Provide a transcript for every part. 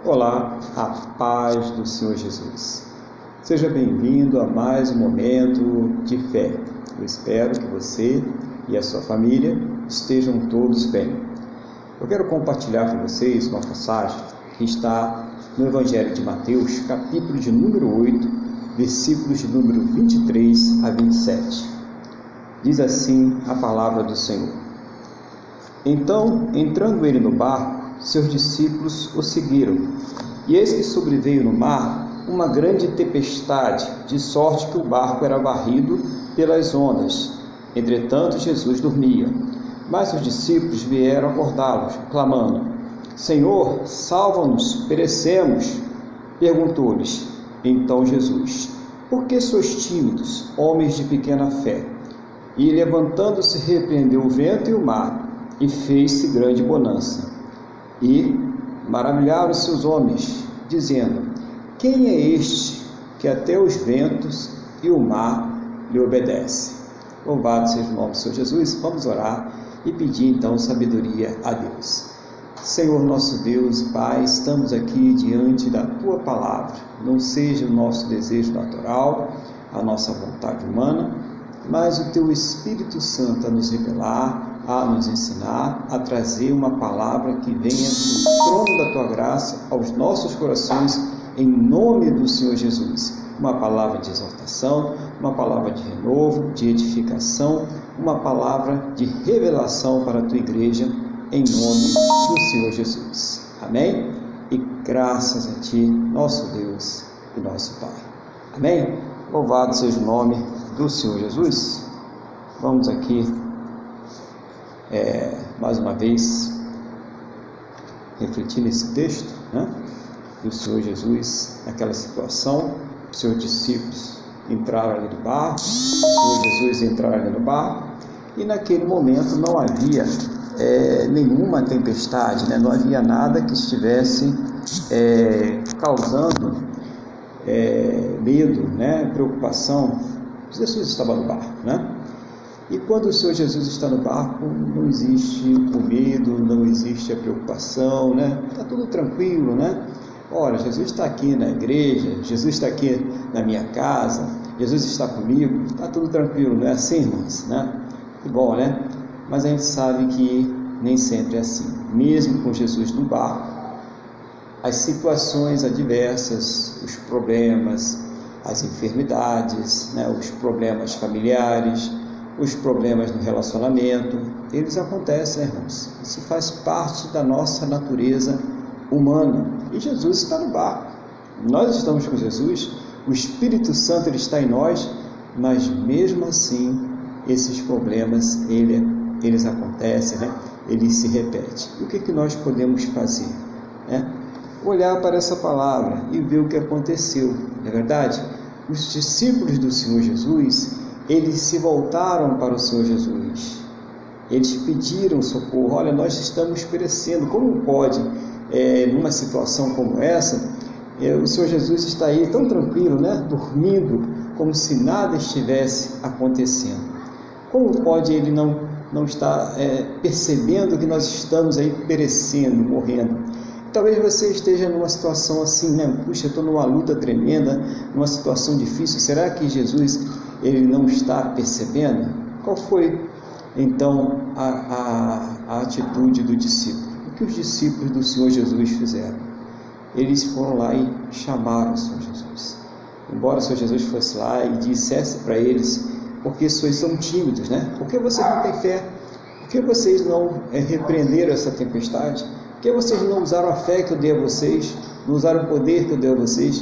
Olá, a paz do Senhor Jesus. Seja bem-vindo a mais um momento de fé. Eu espero que você e a sua família estejam todos bem. Eu quero compartilhar com vocês uma passagem que está no Evangelho de Mateus, capítulo de número 8, versículos de número 23 a 27. Diz assim a palavra do Senhor. Então, entrando ele no barco, seus discípulos o seguiram. E eis que sobreveio no mar uma grande tempestade, de sorte que o barco era varrido pelas ondas. Entretanto, Jesus dormia. Mas os discípulos vieram acordá-lo, clamando: Senhor, salva-nos, perecemos. Perguntou-lhes então Jesus: Por que sois tímidos, homens de pequena fé? E levantando-se, repreendeu o vento e o mar, e fez-se grande bonança. E maravilharam-se os homens, dizendo: Quem é este que até os ventos e o mar lhe obedecem? Louvado seja o nome do Senhor Jesus. Vamos orar e pedir então sabedoria a Deus. Senhor nosso Deus, Pai, estamos aqui diante da Tua palavra. Não seja o nosso desejo natural, a nossa vontade humana, mas o Teu Espírito Santo a nos revelar, a nos ensinar, a trazer uma palavra que venha do trono da Tua graça aos nossos corações, em nome do Senhor Jesus. Uma palavra de exortação, uma palavra de renovo, de edificação, uma palavra de revelação para a Tua igreja, em nome do Senhor Jesus. Amém? E graças a Ti, nosso Deus e nosso Pai. Amém? Louvado seja o nome do Senhor Jesus. Vamos aqui mais uma vez refletir nesse texto, do Senhor Jesus, naquela situação. Os seus discípulos entraram ali no barco, o Senhor Jesus entrou ali no barco, e naquele momento não havia nenhuma tempestade, não havia nada que estivesse causando medo, preocupação. Jesus estava no barco, E quando o Senhor Jesus está no barco, não existe o medo, não existe a preocupação, Está tudo tranquilo, Olha, Jesus está aqui na igreja, Jesus está aqui na minha casa, Jesus está comigo, está tudo tranquilo, não é assim, irmãos, Que bom, Mas a gente sabe que nem sempre é assim. Mesmo com Jesus no barco, as situações adversas, os problemas, as enfermidades, os problemas familiares, os problemas no relacionamento, eles acontecem, irmãos. Isso faz parte da nossa natureza humana. E Jesus está no barco. Nós estamos com Jesus, o Espírito Santo ele está em nós, mas mesmo assim, esses problemas, eles acontecem, eles se repetem. E o que nós podemos fazer? Olhar para essa palavra e ver o que aconteceu. Não é verdade? Os discípulos do Senhor Jesus, eles se voltaram para o Senhor Jesus. Eles pediram socorro. Olha, nós estamos perecendo. Como pode, numa situação como essa, o Senhor Jesus está aí tão tranquilo, dormindo, como se nada estivesse acontecendo? Como pode ele não estar percebendo que nós estamos aí perecendo, morrendo? Talvez você esteja numa situação assim, Puxa, eu estou numa luta tremenda, numa situação difícil. Será que Jesus ele não está percebendo? Qual foi então a atitude do discípulo? O que os discípulos do Senhor Jesus fizeram? Eles foram lá e chamaram o Senhor Jesus. Embora o Senhor Jesus fosse lá e dissesse para eles: porque vocês são tímidos, Por que vocês não têm fé? Por que vocês não repreenderam essa tempestade? Por que vocês não usaram a fé que eu dei a vocês? Não usaram o poder que eu dei a vocês?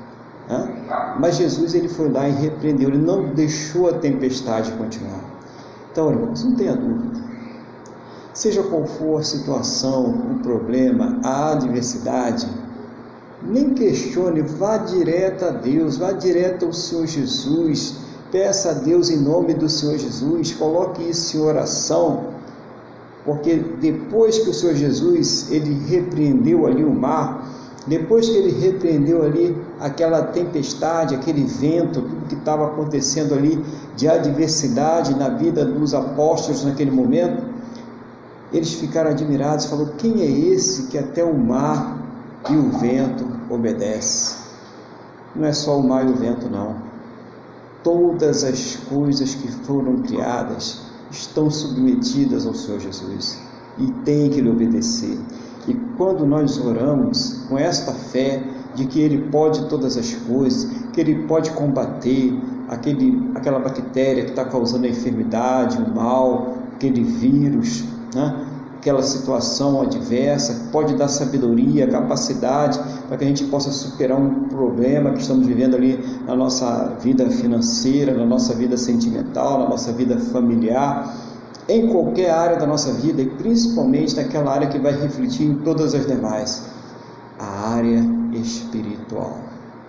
Mas Jesus ele foi lá e repreendeu. Ele não deixou a tempestade continuar. Então, irmãos, não tenha dúvida. Seja qual for a situação, o problema, a adversidade, nem questione, vá direto a Deus, vá direto ao Senhor Jesus. Peça a Deus em nome do Senhor Jesus, coloque isso em oração, porque depois que o Senhor Jesus ele repreendeu ali o mar, depois que ele repreendeu ali aquela tempestade, aquele vento, tudo que estava acontecendo ali de adversidade na vida dos apóstolos naquele momento, eles ficaram admirados, falaram: quem é esse que até o mar e o vento obedece. Não é só o mar e o vento, não. Todas as coisas que foram criadas estão submetidas ao Senhor Jesus e têm que lhe obedecer. E quando nós oramos com esta fé de que Ele pode todas as coisas, que Ele pode combater aquela bactéria que está causando a enfermidade, o mal, aquele vírus, né? Aquela situação adversa, pode dar sabedoria, capacidade para que a gente possa superar um problema que estamos vivendo ali na nossa vida financeira, na nossa vida sentimental, na nossa vida familiar, em qualquer área da nossa vida e principalmente naquela área que vai refletir em todas as demais, a área espiritual.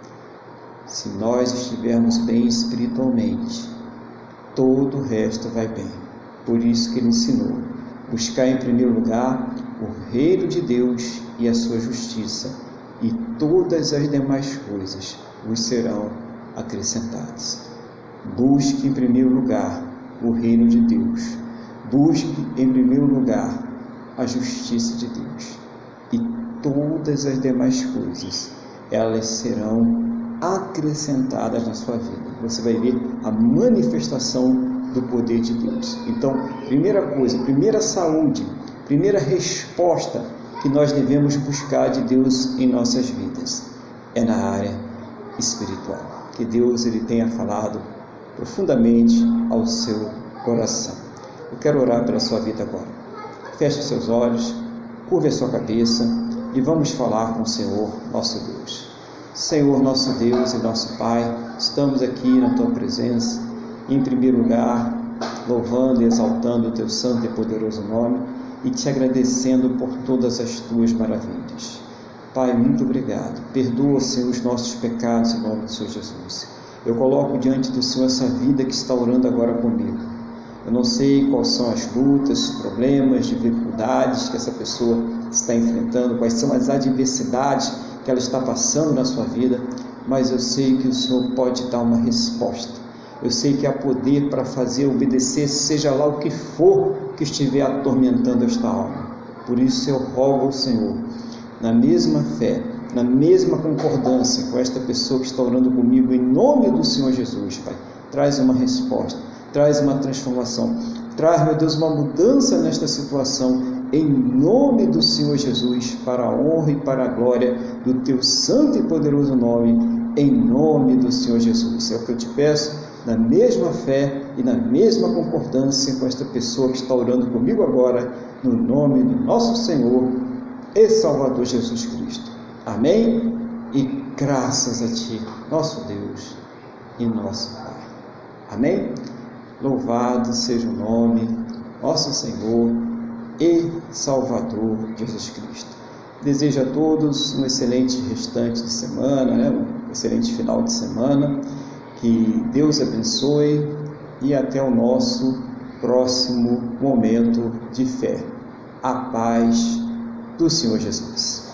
Se nós estivermos bem espiritualmente, todo o resto vai bem. Por isso que Ele ensinou: buscar em primeiro lugar o reino de Deus e a sua justiça, e todas as demais coisas vos serão acrescentadas. Busque em primeiro lugar o reino de Deus. Busque em primeiro lugar a justiça de Deus, e todas as demais coisas, elas serão acrescentadas na sua vida. Você vai ver a manifestação do poder de Deus. Então, primeira coisa, primeira saúde, primeira resposta que nós devemos buscar de Deus em nossas vidas é na área espiritual. Que Deus Ele tenha falado profundamente ao seu coração. Eu quero orar pela sua vida agora. Feche seus olhos, curve a sua cabeça e vamos falar com o Senhor, nosso Deus. Senhor, nosso Deus e nosso Pai, estamos aqui na Tua presença, em primeiro lugar, louvando e exaltando o Teu santo e poderoso nome e Te agradecendo por todas as Tuas maravilhas. Pai, muito obrigado. Perdoa, Senhor, os nossos pecados em nome do Senhor Jesus. Eu coloco diante do Senhor essa vida que está orando agora comigo. Eu não sei quais são as lutas, problemas, dificuldades que essa pessoa está enfrentando, quais são as adversidades que ela está passando na sua vida, mas eu sei que o Senhor pode dar uma resposta. Eu sei que há poder para fazer obedecer, seja lá o que for que estiver atormentando esta alma. Por isso eu rogo ao Senhor, na mesma fé, na mesma concordância com esta pessoa que está orando comigo, em nome do Senhor Jesus, Pai, traz uma resposta, traz uma transformação, traz, meu Deus, uma mudança nesta situação, em nome do Senhor Jesus, para a honra e para a glória do Teu santo e poderoso nome, em nome do Senhor Jesus. É o que eu te peço, na mesma fé e na mesma concordância com esta pessoa que está orando comigo agora, no nome do nosso Senhor e Salvador Jesus Cristo. Amém? E graças a Ti, nosso Deus e nosso Pai. Amém? Louvado seja o nome, nosso Senhor e Salvador Jesus Cristo. Desejo a todos um excelente restante de semana, um excelente final de semana, que Deus abençoe e até o nosso próximo momento de fé. A paz do Senhor Jesus.